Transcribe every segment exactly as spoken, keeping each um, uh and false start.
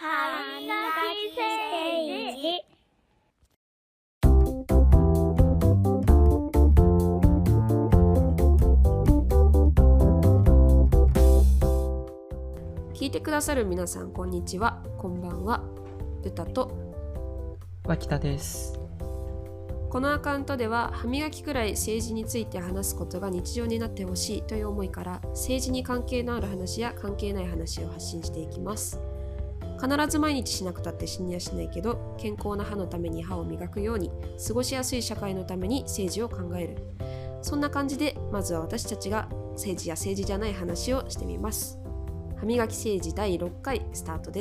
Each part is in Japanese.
歯磨き政治。 聞いてくださる皆さん、こんにちは、こんばんは。うたと脇田です。 このアカウントでは、歯磨きくらい政治について話すことが日常になってほしいという思いから、政治に関係のある話や関係ない話を発信していきます。必ず毎日しなくたって死にはしないけど、健康な歯のために歯を磨くように、過ごしやすい社会のために政治を考える。そんな感じで、まずは私たちが政治や政治じゃない話をしてみます。歯磨き政治だいろっかいスタートです。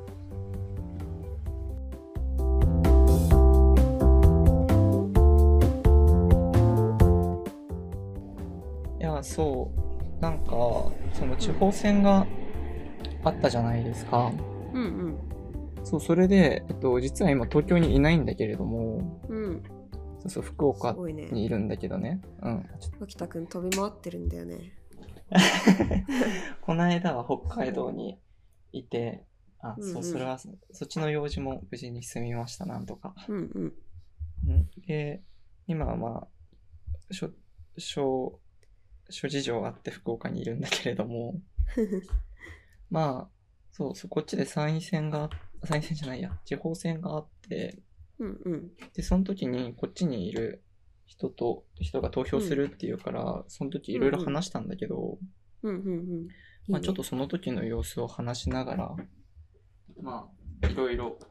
いや、そうなんかその地方選があったじゃないですか。 うんうん。 そうそれで、えっと、実は今東京にいないんだけれども、 うん。 そうそう福岡にいるんだけどね。うん。 脇田くん飛び回ってるんだよね。 この間は北海道にいて、あ、 うんうん、 そうそれはそっちの用事も無事に済みました、なんとか。 うんうん。 うん、で、今はまあ諸諸諸事情あって福岡にいるんだけれども、まあそうそうこっちで参院選が参院選じゃないや地方選があって、 うんうん、 でその時にこっちにいる人と人が投票するっていうから、うん、その時いろいろ話したんだけど、 うんうんうん、 まあちょっとその時の様子を話しながら、まあいろいろ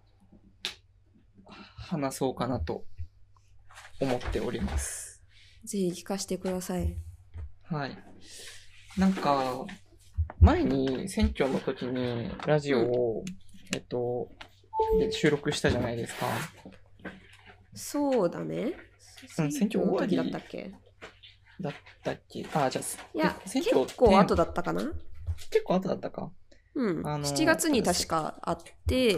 話そうかなと思っております。 ぜひ聞かせてください。 はい。なんか前に選挙の時にラジオを、うん、えっとで収録したじゃないですか。 そうだね。 うん、選挙終わりだったっけだったっけあ、じゃあ、 いや、選挙結構後だったかな結構後だったかうん、あのー、しちがつに確かあって、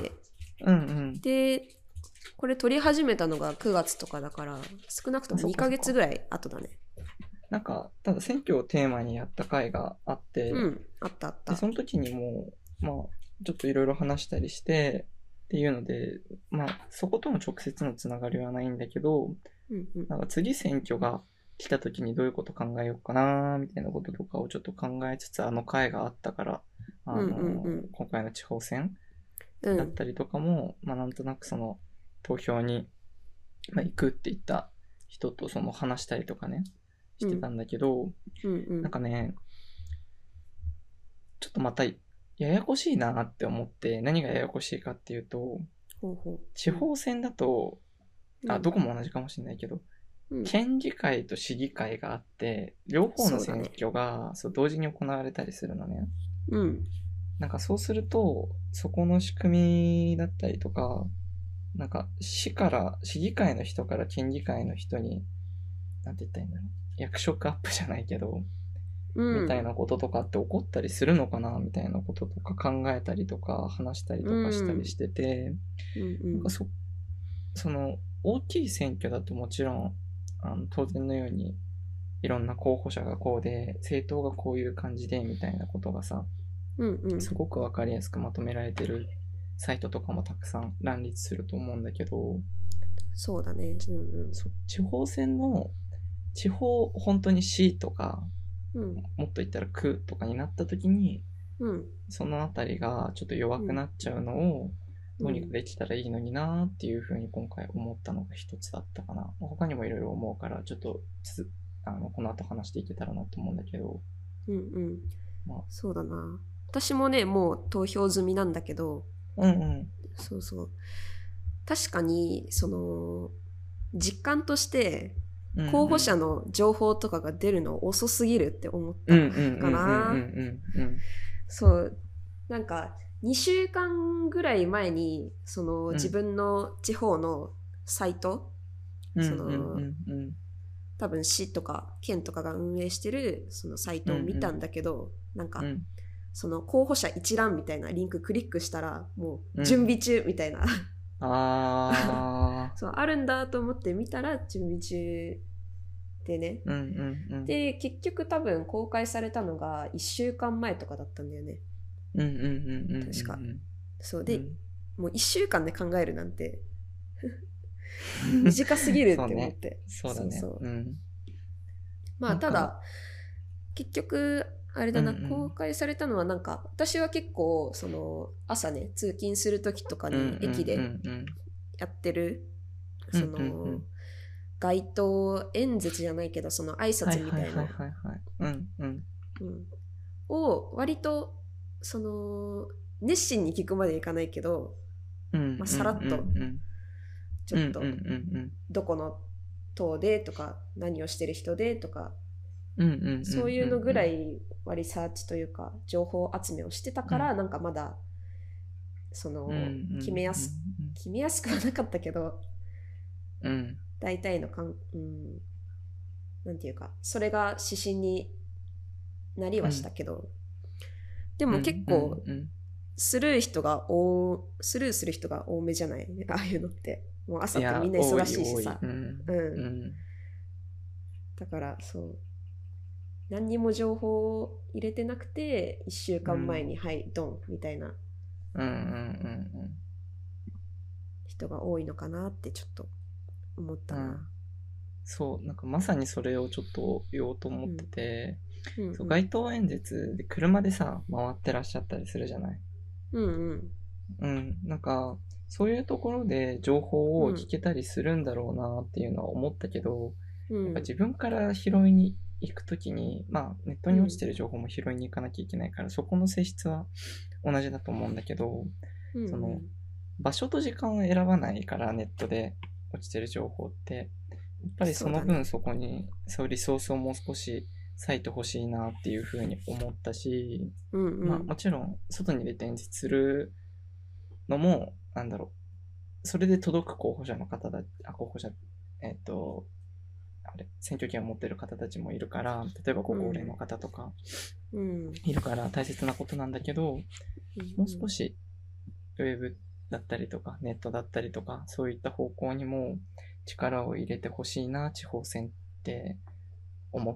うんうん。 で、これ撮り始めたのがくがつとかだから、少なくともにかげつぐらい後だね。 なんか、ただ選挙をテーマにやった回があって、 うん、あったあった。 で、その時にも、まあ、ちょっといろいろ話したりして、っていうので、まあ、そことの直接のつながりはないんだけど、 うんうん、 なんか次選挙が来た時にどういうこと考えようかなみたいなこととかをちょっと考えつつ、あの回があったから、あの、うんうんうん、今回の地方選だったりとかも、うん、まあなんとなくその投票に、まあ、行くって言った人とその話したりとかね、してたんだけど、 うんうんうん、 なんかね、ちょっとまたややこしいなって思って、何がややこしいかっていうと、 ほうほう、 地方選だと、あ、どこも同じかもしれないけど、うん、県議会と市議会があって、両方の選挙がそう、ね、そう同時に行われたりするのね。 うん。 なんかそうすると、そこの仕組みだったりとか、なんか市から、市議会の人から県議会の人に、なんて言ったらいいんだろう。役職アップじゃないけど、うん、みたいなこととかって起こったりするのかなみたいなこととか考えたりとか話したりとかしたりしてて、うんうん、なんかそ、その大きい選挙だともちろんあの当然のようにいろんな候補者がこうで政党がこういう感じでみたいなことがさ、うんうん、すごくわかりやすくまとめられてるサイトとかもたくさん乱立すると思うんだけど、 そうだね、うんうん、 そ地方選の地方本当に市とか、うん、もっと言ったら区とかになった時に、うん、そのあたりがちょっと弱くなっちゃうのをどうにかできたらいいのになっていうふうに今回思ったのが一つだったかな。他にもいろいろ思うからちょっとつあのこの後話していけたらなと思うんだけど、 うんうん、まあ、そうだな。私もねもう投票済みなんだけど、 うんうん、 そうそう、確かにその実感として候補者の情報とかが出るの遅すぎるって思ったかな。そう、なんかにしゅうかんぐらい前にその自分の地方のサイト、うん、その、うんうん、多分市とか県とかが運営してるそのサイトを見たんだけど、うんうん、なんか、うん、その候補者一覧みたいなリンククリックしたらもう準備中みたいな、うん、 あそうあるんだと思って見たら準備中でね、 うんうんうん、 で結局多分公開されたのがいっしゅうかんまえとかだったんだよね。 うんうんうんうん、 確かそうで、 うん、 もういっしゅうかんで考えるなんて短すぎるって思って。 そうね。そうだね。 そうそう。 うん、 まあただ結局あれだな、 うんうん、 公開されたのはなんか私は結構その朝ね通勤する時とかに駅でやってる、 うんうん、 その、 うんうんうん、 街頭演説じゃないけどその挨拶みたいなを割とその熱心に聞くまでいかないけど、まあ、さらっとちょっとどこの党でとか何をしてる人でとかそういうのぐらいはリサーチというか情報集めをしてたから、なんかまだその決めやす決めやすくはなかったけど、 うん、 大体のかん、うん、なんていうかそれが指針になりはしたけど、うん、でも結構スルー人が多スルーする人が多めじゃない、ああいうのって。もう朝ってみんな忙しいしさ、うん、うん、だからそう何にも情報を入れてなくていっしゅうかんまえに、うん、はいドンみたいな人が多いのかなってちょっと思ったな、うん、 そうなんかまさにそれをちょっと言おうと思ってて、うんうんうん、そう街頭演説で車でさ回ってらっしゃったりするじゃない。 うんうんうんなんかそういうところで情報を聞けたりするんだろうなっていうのは思ったけど、うん、やっぱ自分から拾いに行くときに、まあネットに落ちてる情報も拾いに行かなきゃいけないから、うん、そこの性質は同じだと思うんだけど、うんうん、その場所と時間を選ばないからネットで落ちてる情報ってやっぱりその分そこにそういうリソースをもう少し割いてほしいなっていうふうに思ったし、うんうん、まあもちろん外に出て演説するのもなんだろうそれで届く候補者の方だあ候補者えっとあれ選挙権を持っている方たちもいるから例えばご高齢の方とかいるから大切なことなんだけど、うん、もう少しウェブだったりとかネットだったりとかそういった方向にも力を入れてほしいな地方選って思って、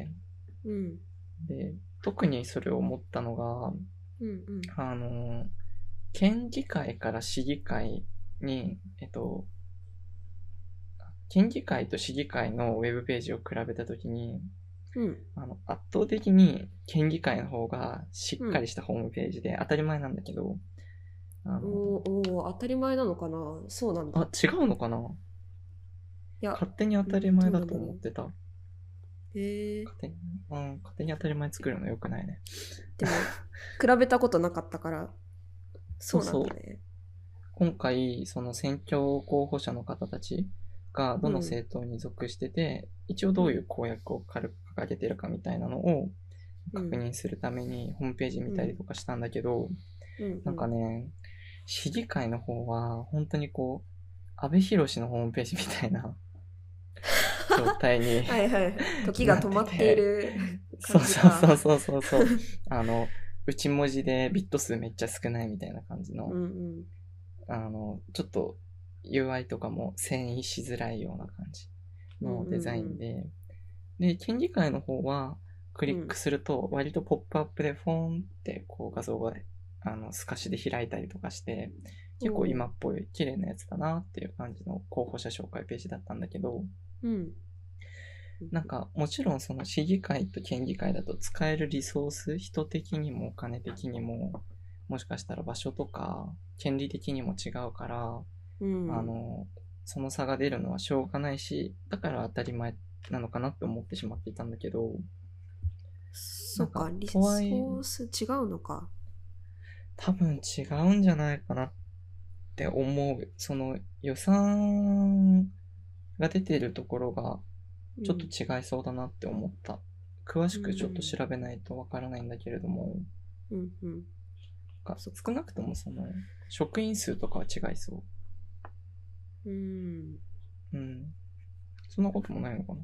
うん、で特にそれを思ったのが、うんうん、あの県議会から市議会にえっと県議会と市議会のウェブページを比べたときに、うん、あの圧倒的に県議会の方がしっかりしたホームページで、うん、当たり前なんだけどあのおお当たり前なのかなそうなんだあ違うのかないや勝手に当たり前だと思ってたへえ勝手に、うん、勝手に当たり前作るのよくないねでも比べたことなかったからそうなんだねそうそう今回その選挙候補者の方たちがどの政党に属してて、うん、一応どういう公約を掲げてるかみたいなのを確認するためにホームページ見たりとかしたんだけど、うん、なんかね市議会の方は本当にこう安倍博のホームページみたいな状態にはいはい時が止まっているそうそうそうそうそうあの内文字でビット数めっちゃ少ないみたいな感じの、うんうん、あのちょっとユーアイ とかも遷移しづらいような感じのデザインで、うんうんうん、で県議会の方はクリックすると割とポップアップでフォーンってこう画像があの透かしで開いたりとかして結構今っぽい綺麗なやつだなっていう感じの候補者紹介ページだったんだけど、うん、なんかもちろんその市議会と県議会だと使えるリソース人的にもお金的にももしかしたら場所とか権利的にも違うから、うん、あのその差が出るのはしょうがないしだから当たり前なのかなって思ってしまっていたんだけどそっかリソース違うのか多分違うんじゃないかなって思うその予算が出てるところがちょっと違いそうだなって思った、うん、詳しくちょっと調べないとわからないんだけれども、うんうん、少なくともその職員数とかは違いそううんうんそんなこともないのかな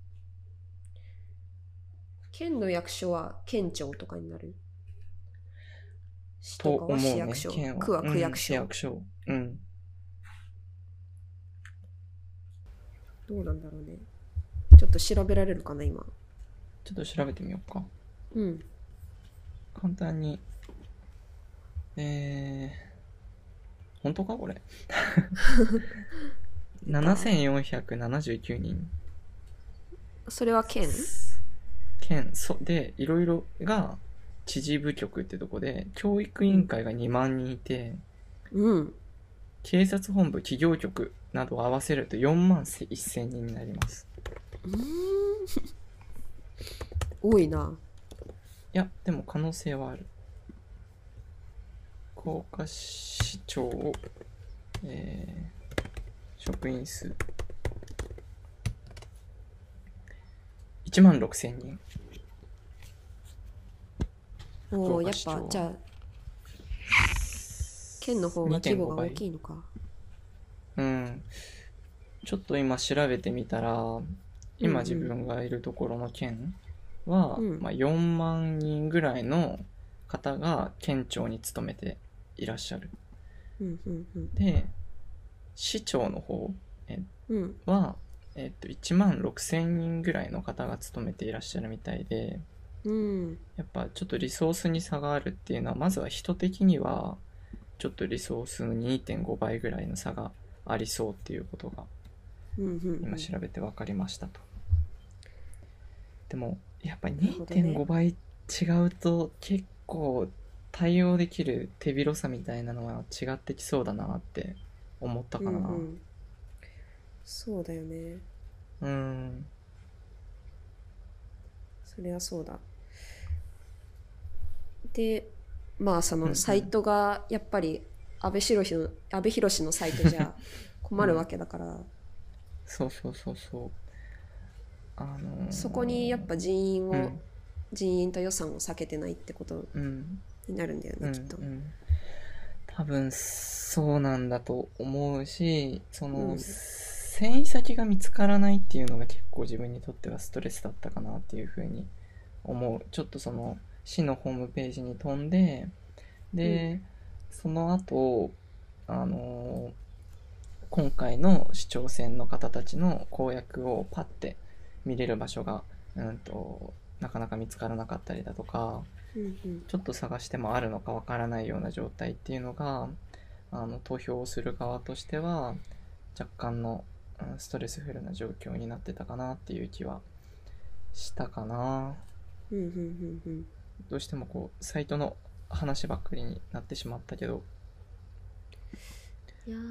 県の役所は県庁とかになる市とかは市役所、ね、区は区役所、うん、市役所、うん、どうなんだろうねちょっと調べられるかな今ちょっと調べてみようかうん簡単にえ本当かこれななせんよんひゃくななじゅうきゅうにん。 それは県県そでいろいろが知事部局ってとこで教育委員会がにまんにんいて、 うん、 警察本部企業局などを合わせるとよんまんせんにんになります。 うーん多いな。 いやでも可能性はある。福岡市長、えー、職員数いちまんろくせんにん。 おお、やっぱじゃあ県の方が規模が大きいのか。 うん。ちょっと今調べてみたら、今自分がいるところの県は、うんうん、まあ、よんまんにんぐらいの方が県庁に勤めていらっしゃる。 うんうんうん、 で、市長の方え、うん、は、えっと、いちまんろくせんにんぐらいの方が勤めていらっしゃるみたいで、 うん、 やっぱちょっとリソースに差があるっていうのは、まずは人的にはちょっとリソースの にてんご 倍ぐらいの差がありそうっていうことが今調べて分かりましたと。でもやっぱり にてんご 倍違うと結構対応できる手広さみたいなのは違ってきそうだなって思ったかな。うんうん、 そうだよね。 うん。 それはそうだ。で、まあそのサイトがやっぱり安倍博の安倍博のサイトじゃ困るわけだから、うん、 そうそうそうそう。あのー、 そこにやっぱ人員を、うん、人員と予算を避けてないってことになるんだよね、うん、きっと、うんうん、 多分そうなんだと思うし、その、うん、遷移先が見つからないっていうのが結構自分にとってはストレスだったかなっていうふうに思う。ちょっとその市のホームページに飛んで、で、うん、その後あのー、今回の市長選の方たちの公約をパッて見れる場所が、うんと、なかなか見つからなかったりだとか、 うんうん、 ちょっと探してもあるのかわからないような状態っていうのが、あの投票をする側としては若干の、うん、ストレスフルな状況になってたかなっていう気はしたかな。 うんうんうんうん、 どうしてもこうサイトの話ばっかりになってしまったけど、 いや、うん、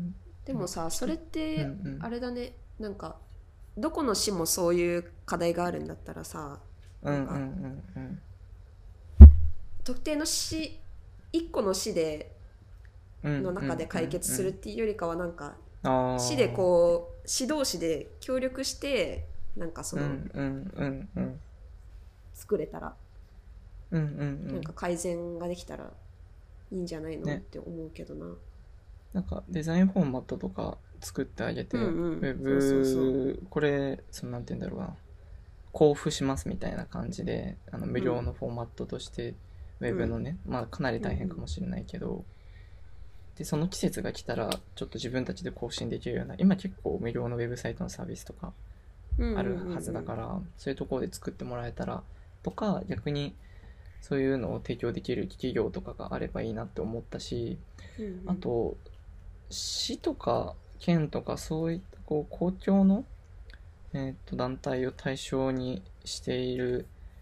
でもさ、それってあれだね、うんうん、なんかどこの市もそういう課題があるんだったらさ、なんか、うんうんうんうん、特定の市いっこの市での中で解決するっていうよりかは、なんか市でこう市同士で協力してなんかその、うんうんうんうん、作れたら、 うんうんうん、 なんか改善ができたらいいんじゃないの、ね、って思うけどな。 なんかデザインフォーマットとか作ってあげて、うんうん、ウェブそうそうそうこれそのなんて言うんだろうな、交付しますみたいな感じで、あの無料のフォーマットとしてウェブのね、うん、まあかなり大変かもしれないけど、うん、でその季節が来たらちょっと自分たちで更新できるような、今結構無料のウェブサイトのサービスとかあるはずだから、うんうんうんうん、そういうところで作ってもらえたらとか、逆にそういうのを提供できる企業とかがあればいいなって思ったし、うんうん、あと市とか県とかそういったこう公共の、えー、と団体を対象にしている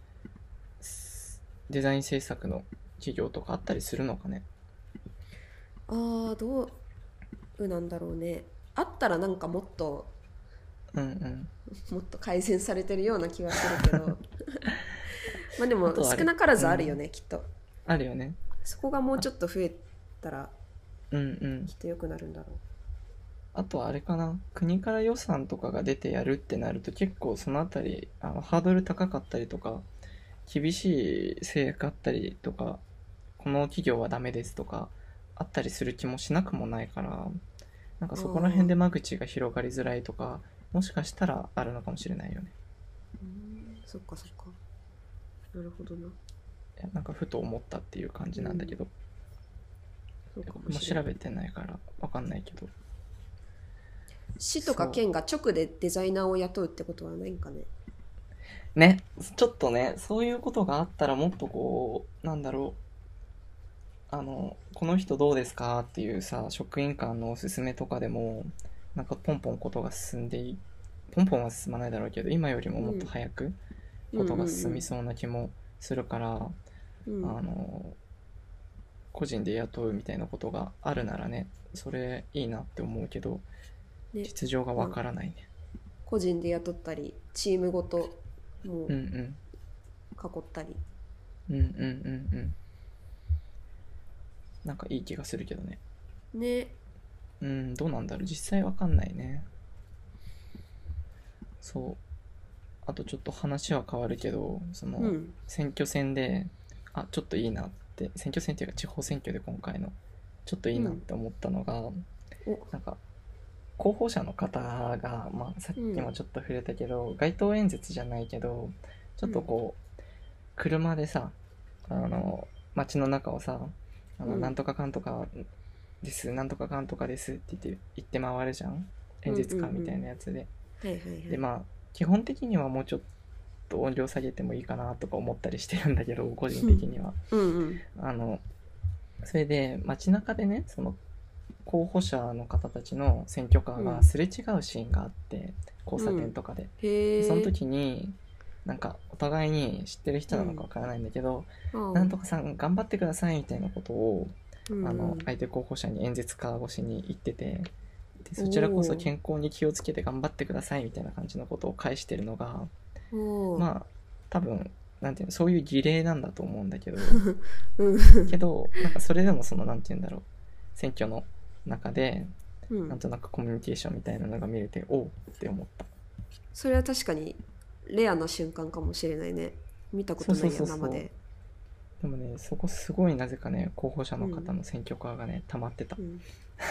デザイン制作の企業とかあったりするのかね。 あー、どうなんだろうね。あったらなんかもっと、 うんうん、 もっと改善されてるような気はするけどまあでも少なからずあるよね、うん、きっとあるよね。 そこがもうちょっと増えたらうんうん、 きっと良くなるんだろう。 あとはあれかな、国から予算とかが出てやるってなると結構そのあたりあのハードル高かったりとか、厳しい制約あったりとか、この企業はダメですとかあったりする気もしなくもないから、なんかそこら辺で間口が広がりづらいとか、もしかしたらあるのかもしれないよね。 うん、そっかそっか、なるほどな。いや、なんかふと思ったっていう感じなんだけど、うん、そうかもしれない。もう調べてないから分かんないけど、 市とか県が直でデザイナーを雇うってことはないんかね。 ね、ちょっとね、そういうことがあったらもっとこう、なんだろう、 あのこの人どうですかっていうさ職員間のおすすめとかでもなんかポンポンことが進んでいポンポンは進まないだろうけど今よりももっと早くことが進みそうな気もするから、 うんうんうん、 あの個人で雇うみたいなことがあるならねそれいいなって思うけど、ね、実情がわからないね、 うん、個人で雇ったりチームごともう囲ったり、 うんうん、うんうんうんうんなんかいい気がするけどね。 ね。 うん、どうなんだろう。実際わかんないね。そう。あとちょっと話は変わるけど、その、うん、選挙戦で、あ、ちょっといいなって、選挙戦っていうか地方選挙で今回の、ちょっといいなって思ったのが、うん、なんか、候補者の方が、まあ、さっきもちょっと触れたけど、うん、街頭演説じゃないけど、ちょっとこう、うん、車でさ、あの、街の中をさ、あの、うん、なんとかかんとかです、なんとかかんとかですって言って、言って回るじゃん演説家みたいなやつで。で、まあ、基本的にはもうちょっと音量下げてもいいかなとか思ったりしてるんだけど、個人的には。 うんうん、 あの、それで、街中でね、その、候補者の方たちの選挙カーがすれ違うシーンがあって、うん、交差点とかで。でその時に、なんかお互いに知ってる人なのかわからないんだけど、うん、なんとかさん頑張ってくださいみたいなことを、うん、あの相手候補者に演説家越しに言ってて、でそちらこそ健康に気をつけて頑張ってくださいみたいな感じのことを返してるのが、まあ多分なんていうのそういう儀礼なんだと思うんだけどけどなんかそれでもそのなんていうんだろう選挙の中で、うん、なんとなくコミュニケーションみたいなのが見れておうって思った。 それは確かにレアな瞬間かもしれないね。見たことないよ生で。 でもねそこすごいなぜかね候補者の方の選挙カーがね、うん、溜まってた、うん、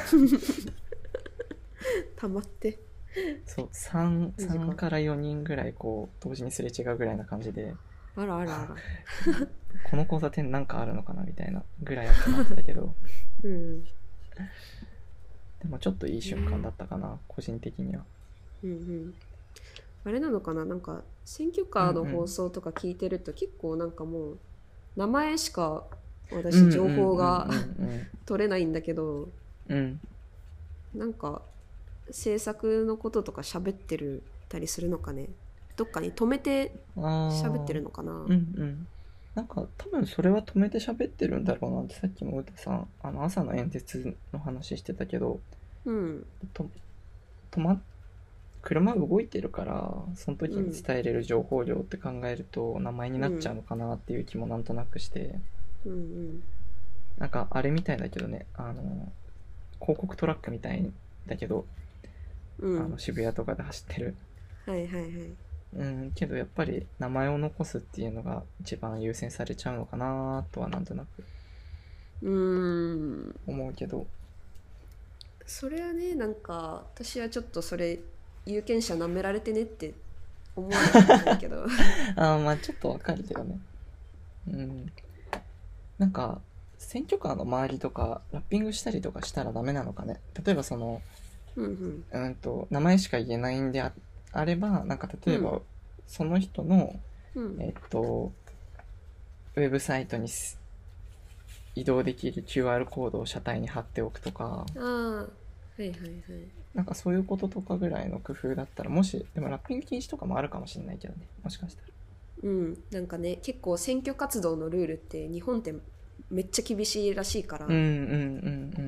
溜まってそう 3, 3からよにんぐらいこう同時にすれ違うぐらいな感じであらあらあらこの交差点なんかあるのかなみたいなぐらい集まってたけど、うん、でもちょっといい瞬間だったかな、うん、個人的には。 うんうんあれなのかななんか選挙カーの放送とか聞いてると結構なんかもう名前しか私情報が取れないんだけど、うん、なんか制作のこととか喋ってるたりするのかねどっかに止めて喋ってるのかな。 うんうんなんか多分それは止めて喋ってるんだろうなってさっきも歌さんあの朝の演説の話してたけど、うん、と止まって車動いてるからその時に伝えれる情報量って考えると名前になっちゃうのかなっていう気もなんとなくして、うんうん、なんかあれみたいだけどねあの広告トラックみたいだけど、うん、あの渋谷とかで走ってるはいはいはいうんけどやっぱり名前を残すっていうのが一番優先されちゃうのかなとはなんとなくうーん思うけどそれはねなんか私はちょっとそれ有権者舐められてねって思わないけどあまあちょっとわかるけどねうんなんか選挙カーの周りとかラッピングしたりとかしたらダメなのかね例えばそのうん、うん、と名前しか言えないんで あ, あればなんか例えば、うん、その人の、うん、えっとウェブサイトに移動できる キューアール コードを車体に貼っておくとかあはいはいはいなんかそういうこととかぐらいの工夫だったらもしでもラッピング禁止とかもあるかもしれないけどねもしかしたらうんなんかね結構選挙活動のルールって日本ってめっちゃ厳しいらしいから、うんうんうんうん、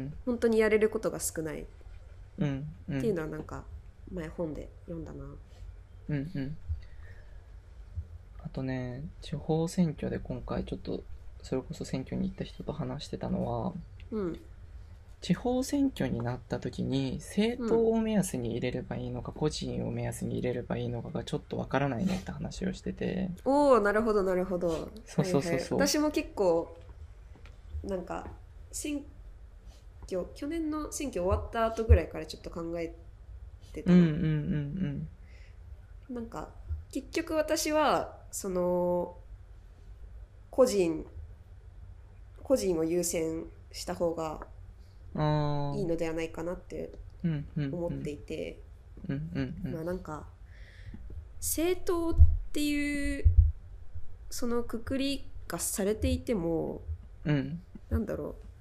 本当にやれることが少ない、うんうん、っていうのはなんか前本で読んだなうんうんあとね地方選挙で今回ちょっとそれこそ選挙に行った人と話してたのは、うん地方選挙になった時に政党を目安に入れればいいのか、うん、個人を目安に入れればいいのかがちょっとわからないねって話をしてておおなるほどなるほどそうそうそうそう、はいはい、 私も結構なんか選挙去年の選挙終わった後ぐらいからちょっと考えてた、うんうんうんうん、なんか結局私はその個人個人を優先した方がいいのではないかなって思っていて、まあなんか政党っていうそのくくりがされていても、うん、なんだろ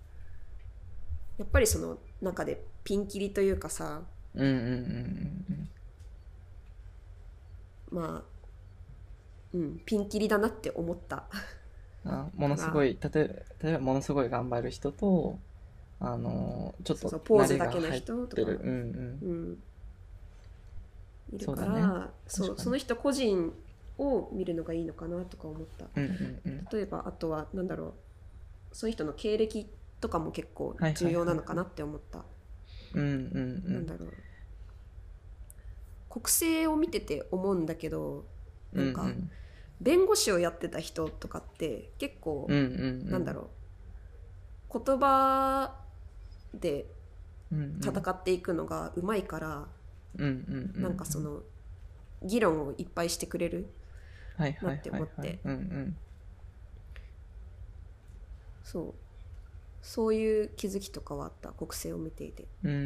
やっぱりその中でピンキリというかさ、 うんうんうんうんまあ、うん、ピンキリだなって思った。 あものすごい、例えば、例えばものすごい頑張る人と、あのちょっとそうそうポーズだけの慣れが入ってる、 人とか、 うんうん、 うん、いるからそうだね、 そう確かにその人個人を見るのがいいのかなとか思った。 うんうんうん、 例えばあとはなんだろう、そういう人の経歴とかも結構重要なのかなって思った。 うんうんうん、 なんだろう、国政を見てて思うんだけど、なんか、 うんうん、 弁護士をやってた人とかって結構、 うんうんうん、 なんだろう、言葉で戦っっていくのがうまいから、 うんうんうん、 なんかその議論をいっぱいしてくれるなって思って、 うんうん、 そうそういう気づきとかはあった、国政を見ていて。 うん、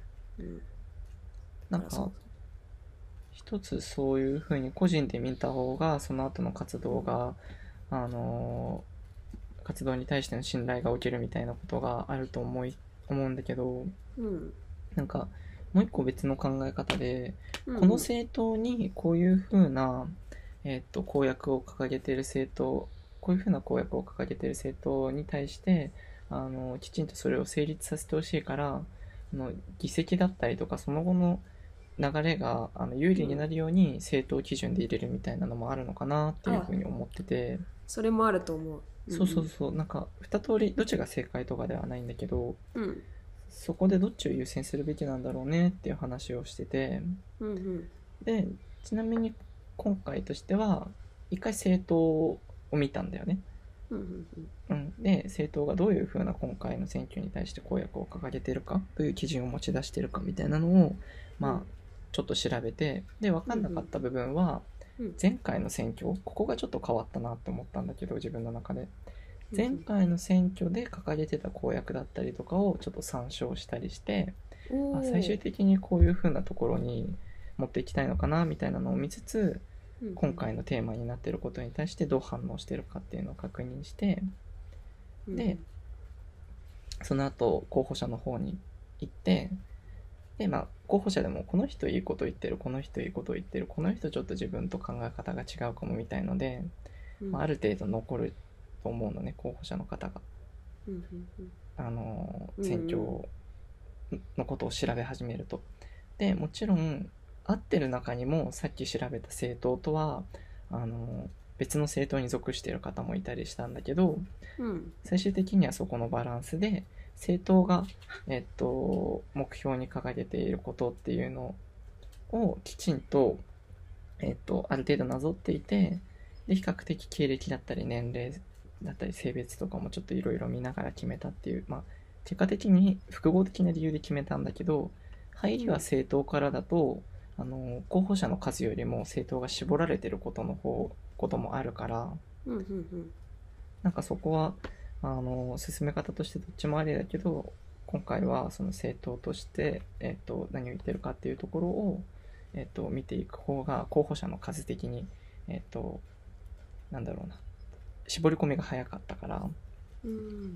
うん、 なんか一つそういうふうに個人で見た方がその後の活動が、あのー、活動に対しての信頼が起きるみたいなことがあると思い思うんだけど、 うん、 なんかもう一個別の考え方で、 うん、 この政党にこういうふうな、えー、と公約を掲げている政党こういうふうな公約を掲げている政党に対してあのきちんとそれを成立させてほしいから、あの議席だったりとかその後の流れがあの有利になるように政党基準で入れるみたいなのもあるのかなっていうふうに思ってて、 それもあると思う。 うん、そうそうそう、なんかに通りどっちが正解とかではないんだけど、 うん、 そこでどっちを優先するべきなんだろうねっていう話をしてて、 うんうん、 でちなみに今回としては一回政党を見たんだよね。 うんうんうん、で政党がどういうふうな今回の選挙に対して公約を掲げているか、どういう基準を持ち出しているかみたいなのを、まあ、うん、ちょっと調べて、で分かんなかった部分は、うんうん、前回の選挙ここがちょっと変わったなって思ったんだけど、自分の中で前回の選挙で掲げてた公約だったりとかをちょっと参照したりして、あ最終的にこういうふうなところに持っていきたいのかなみたいなのを見つつ、今回のテーマになっていることに対してどう反応しているかっていうのを確認して、でその後候補者の方に行って、でまあ候補者でもこの人いいこと言ってる、この人いいこと言ってる、この人ちょっと自分と考え方が違うかもみたいので、まあ、ある程度残ると思うのね、候補者の方が、あの選挙のことを調べ始めると。でもちろん合ってる中にもさっき調べた政党とはあの別の政党に属している方もいたりしたんだけど、うん、最終的にはそこのバランスで政党が、えっと、目標に掲げていることっていうのをきちんと、えっと、ある程度なぞっていて、で比較的経歴だったり年齢だったり性別とかもちょっといろいろ見ながら決めたっていう、まあ、結果的に複合的な理由で決めたんだけど、入りは政党からだと、あの候補者の数よりも政党が絞られてることの方こともあるから、うんうんうん、なんかそこはあの進め方としてどっちもありだけど、今回はその政党として、えー、と何を言ってるかっていうところを、えー、と見ていく方が候補者の数的に、えー、となんだろうな絞り込みが早かったから、うん、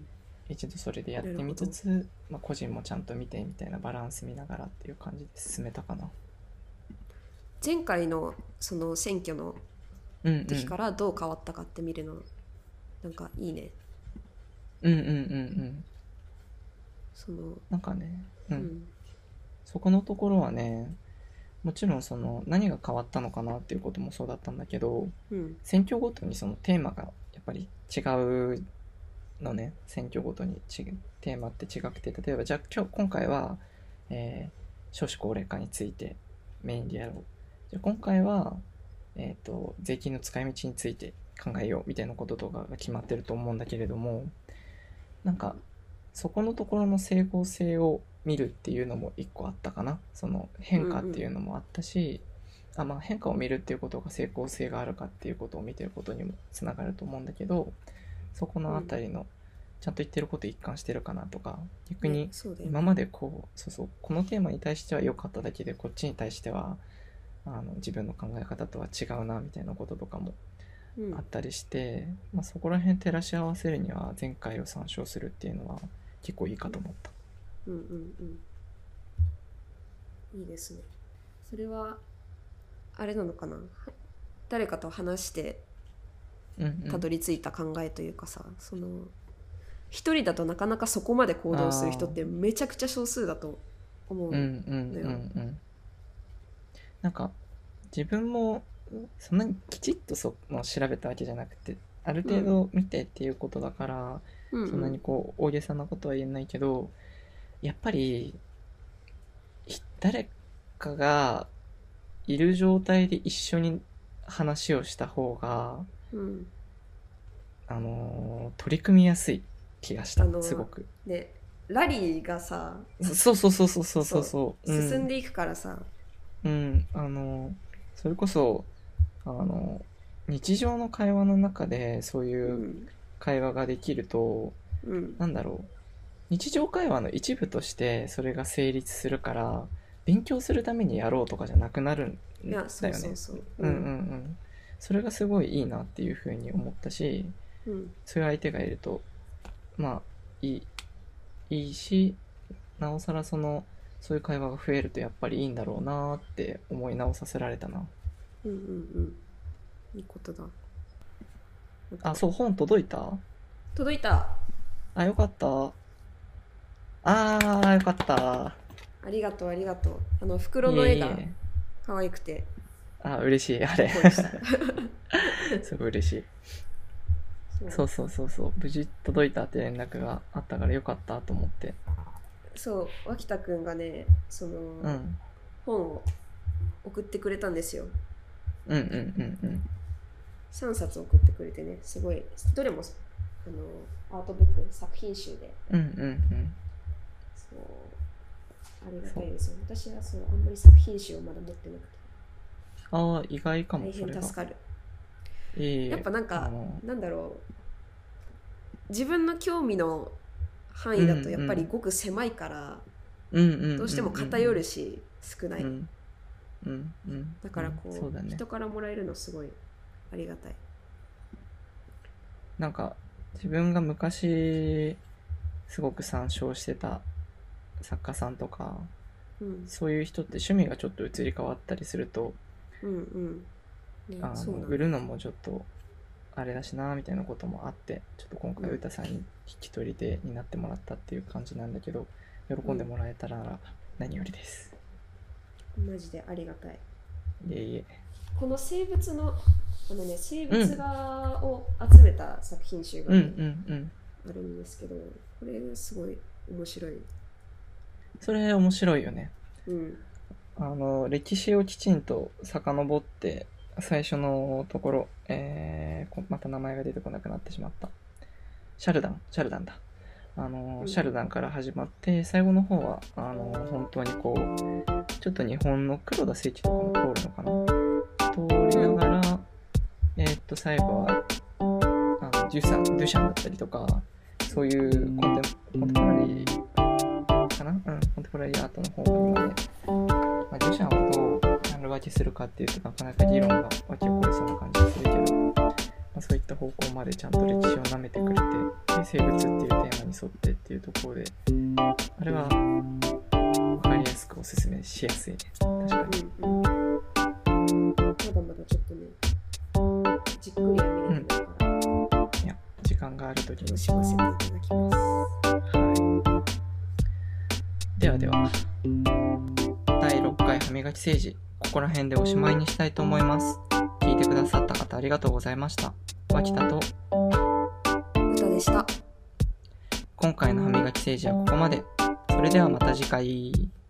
一度それでやってみつつ、まあ、個人もちゃんと見てみたいなバランス見ながらっていう感じで進めたかな。 前回のその選挙の時からどう変わったかって見るの、うんうん、なんかいいね。 うんうんうんうんそのなんかね、うん、うん、そこのところはね、もちろんその何が変わったのかなっていうこともそうだったんだけど、うん、選挙ごとにそのテーマがやっぱり違うのね。選挙ごとにちテーマって違くて、例えばじゃあ今日今回は、えー、少子高齢化についてメインでやろう、じゃあ今回は、えーと、税金の使い道について考えようみたいなこととかが決まってると思うんだけれども、なんかそこのところの整合性を見るっていうのも一個あったかな。その変化っていうのもあったし、うんうん、あまあ、変化を見るっていうことが成功性があるかっていうことを見てることにもつながると思うんだけど、そこのあたりの、うん、ちゃんと言ってること一貫してるかなとか、逆に今までこう、そうそう、このテーマに対しては良かっただけで、こっちに対してはあの自分の考え方とは違うなみたいなこととかもあったりして、うん、まあ、そこら辺照らし合わせるには前回を参照するっていうのは結構いいかと思った。 うんうんうん。いいですね。それはあれなのかな、誰かと話してたどり着いた考えというかさ、うんうん、その一人だとなかなかそこまで行動する人ってめちゃくちゃ少数だと思うのよ。うんうんうんうん。 なんか自分もそんなにきちっとその調べたわけじゃなくて、ある程度見てっていうことだから、うん、そんなにこう大げさなことは言えないけど、やっぱり誰かがいる状態で一緒に話をした方が、うん、あの取り組みやすい気がした、すごく。 ね、ラリーがさ、 そうそうそうそうそうそうそう、 進んでいくからさ、 うん、うん、あのそれこそあの日常の会話の中でそういう会話ができると、うん、なんだろう、日常会話の一部としてそれが成立するから、勉強するためにやろうとかじゃなくなるんだよね。いや、そうそうそう、うん、うんうんうん。それがすごいいいなっていうふうに思ったし、うん、そういう相手がいるとまあいいいいし、なおさらそのそういう会話が増えるとやっぱりいいんだろうなって思い直させられたな。 うんうんうん。いいことだ。 あ、そう、本届いた？ 届いた。 あ、よかった。あー、よかった。 ありがとうありがとう。あの袋の絵が可愛くて。 あ、嬉しい。あれすごい嬉しい。そうそうそうそう、無事届いたって連絡があったからよかったと思って。 そう、脇田くんがね、その、うん、本を送ってくれたんですよ。 うんうんうんうん。 さんさつ送ってくれてね、すごいどれもあのアートブック作品集で、 うんうんうん、 そうありがたいですよ。私はそうあんまり作品集をまだ持ってなくて、 ああ意外かも。 大変助かる。 えー、 やっぱなんかなんだろう、自分の興味の範囲だとやっぱりごく狭いから、うんうん、どうしても偏るし少ない、うんうんうん、だからこう、そうだね、人からもらえるのすごいありがたい。 なんか自分が昔すごく参照してた作家さんとか、うん、そういう人って趣味がちょっと移り変わったりすると、うんうんね、あの売るのもちょっとあれだしなみたいなこともあって、ちょっと今回歌さんに引き取り手になってもらったっていう感じなんだけど、喜んでもらえたら何よりです、 うん、マジでありがたい。 いえいえ。この生物のあのね、生物画を集めた作品集が、ね、うんうんうん、あるんですけど、これすごい面白い。 それ面白いよね、 うん、 あの歴史をきちんと遡って最初のところ、えー、また名前が出てこなくなってしまった。シャルダン、シャルダンだ。あの、うん、シャルダンから始まって、最後の方は、あの、本当にこう、ちょっと日本の黒田清輝とかも通るのかな。通りながら、えー、っと、最後は、あのデュシャン、デュシャンだったりとか、そういうコンテン、コンテンポラリーかな、うん、コンテンポラリーアートの方にまで、まあ、デュシャンをどうジャンル分けするかっていうとなかなか議論が湧き起こりそうな感じがするけど、まあ、そういった方向までちゃんと歴史をなめてくれて、で生物っていうテーマに沿ってっていうところで、あれは分かりやすくおすすめしやすいね。確かに、 うんうん、まだまだちょっとねじっくりは見れてないから、うん、 いや時間があるときに楽しませていただきます。 はい、ではではだいろっかい歯磨き政治、ここら辺でおしまいにしたいと思います。聞いてくださった方ありがとうございました。脇田と歌でした。 今回の歯磨き政治はここまで。それではまた次回。